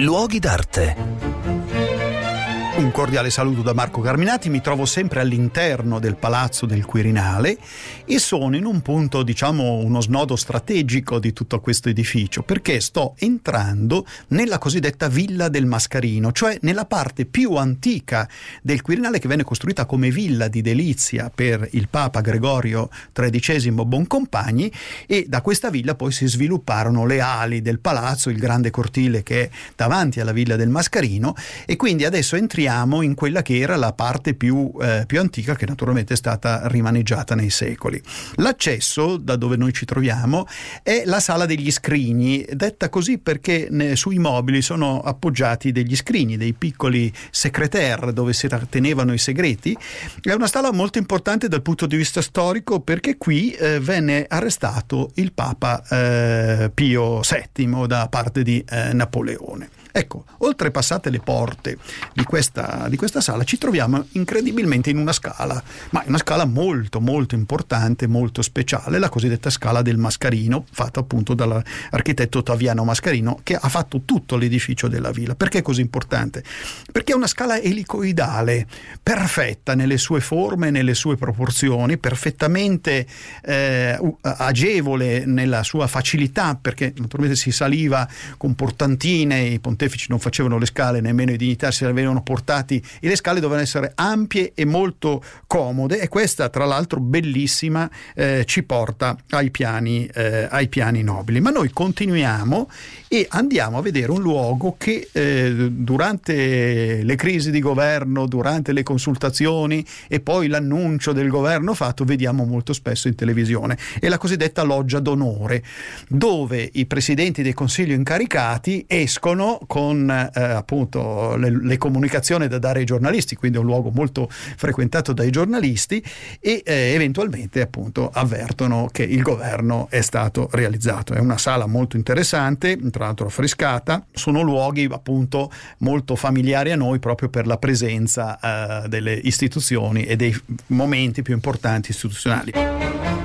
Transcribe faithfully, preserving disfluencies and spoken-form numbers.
Luoghi d'arte. Un cordiale saluto da Marco Carminati, mi trovo sempre all'interno del Palazzo del Quirinale e sono in un punto, diciamo, uno snodo strategico di tutto questo edificio, perché sto entrando nella cosiddetta Villa del Mascarino, cioè nella parte più antica del Quirinale, che venne costruita come villa di delizia per il Papa Gregorio tredicesimo Boncompagni, e da questa villa poi si svilupparono le ali del palazzo, il grande cortile che è davanti alla Villa del Mascarino, e quindi adesso entriamo in quella che era la parte più, eh, più antica, che naturalmente è stata rimaneggiata nei secoli. L'accesso da dove noi ci troviamo è la sala degli scrigni, detta così perché ne, sui mobili sono appoggiati degli scrigni, dei piccoli secrétaire dove si tenevano i segreti. È una sala molto importante dal punto di vista storico, perché qui eh, venne arrestato il Papa eh, Pio settimo da parte di eh, Napoleone. Ecco, oltrepassate le porte di questa, di questa sala, ci troviamo incredibilmente in una scala, ma una scala molto molto importante, molto speciale, la cosiddetta scala del Mascarino, fatta appunto dall'architetto Ottaviano Mascarino, che ha fatto tutto l'edificio della villa. Perché è così importante? Perché è una scala elicoidale, perfetta nelle sue forme, nelle sue proporzioni, perfettamente eh, agevole nella sua facilità, perché naturalmente si saliva con portantine, i pontefici non facevano le scale, nemmeno i dignitari se le avevano portati, e le scale dovevano essere ampie e molto comode, e questa tra l'altro bellissima eh, ci porta ai piani, eh, ai piani nobili. Ma noi continuiamo e andiamo a vedere un luogo che eh, durante le crisi di governo, durante le consultazioni e poi l'annuncio del governo fatto, vediamo molto spesso in televisione. È la cosiddetta loggia d'onore, dove i presidenti dei consigli incaricati escono con eh, appunto le, le comunicazioni da dare ai giornalisti, quindi è un luogo molto frequentato dai giornalisti, e eh, eventualmente appunto avvertono che il governo è stato realizzato. È una sala molto interessante, tra l'altro affrescata, sono luoghi appunto molto familiari a noi proprio per la presenza eh, delle istituzioni e dei momenti più importanti istituzionali.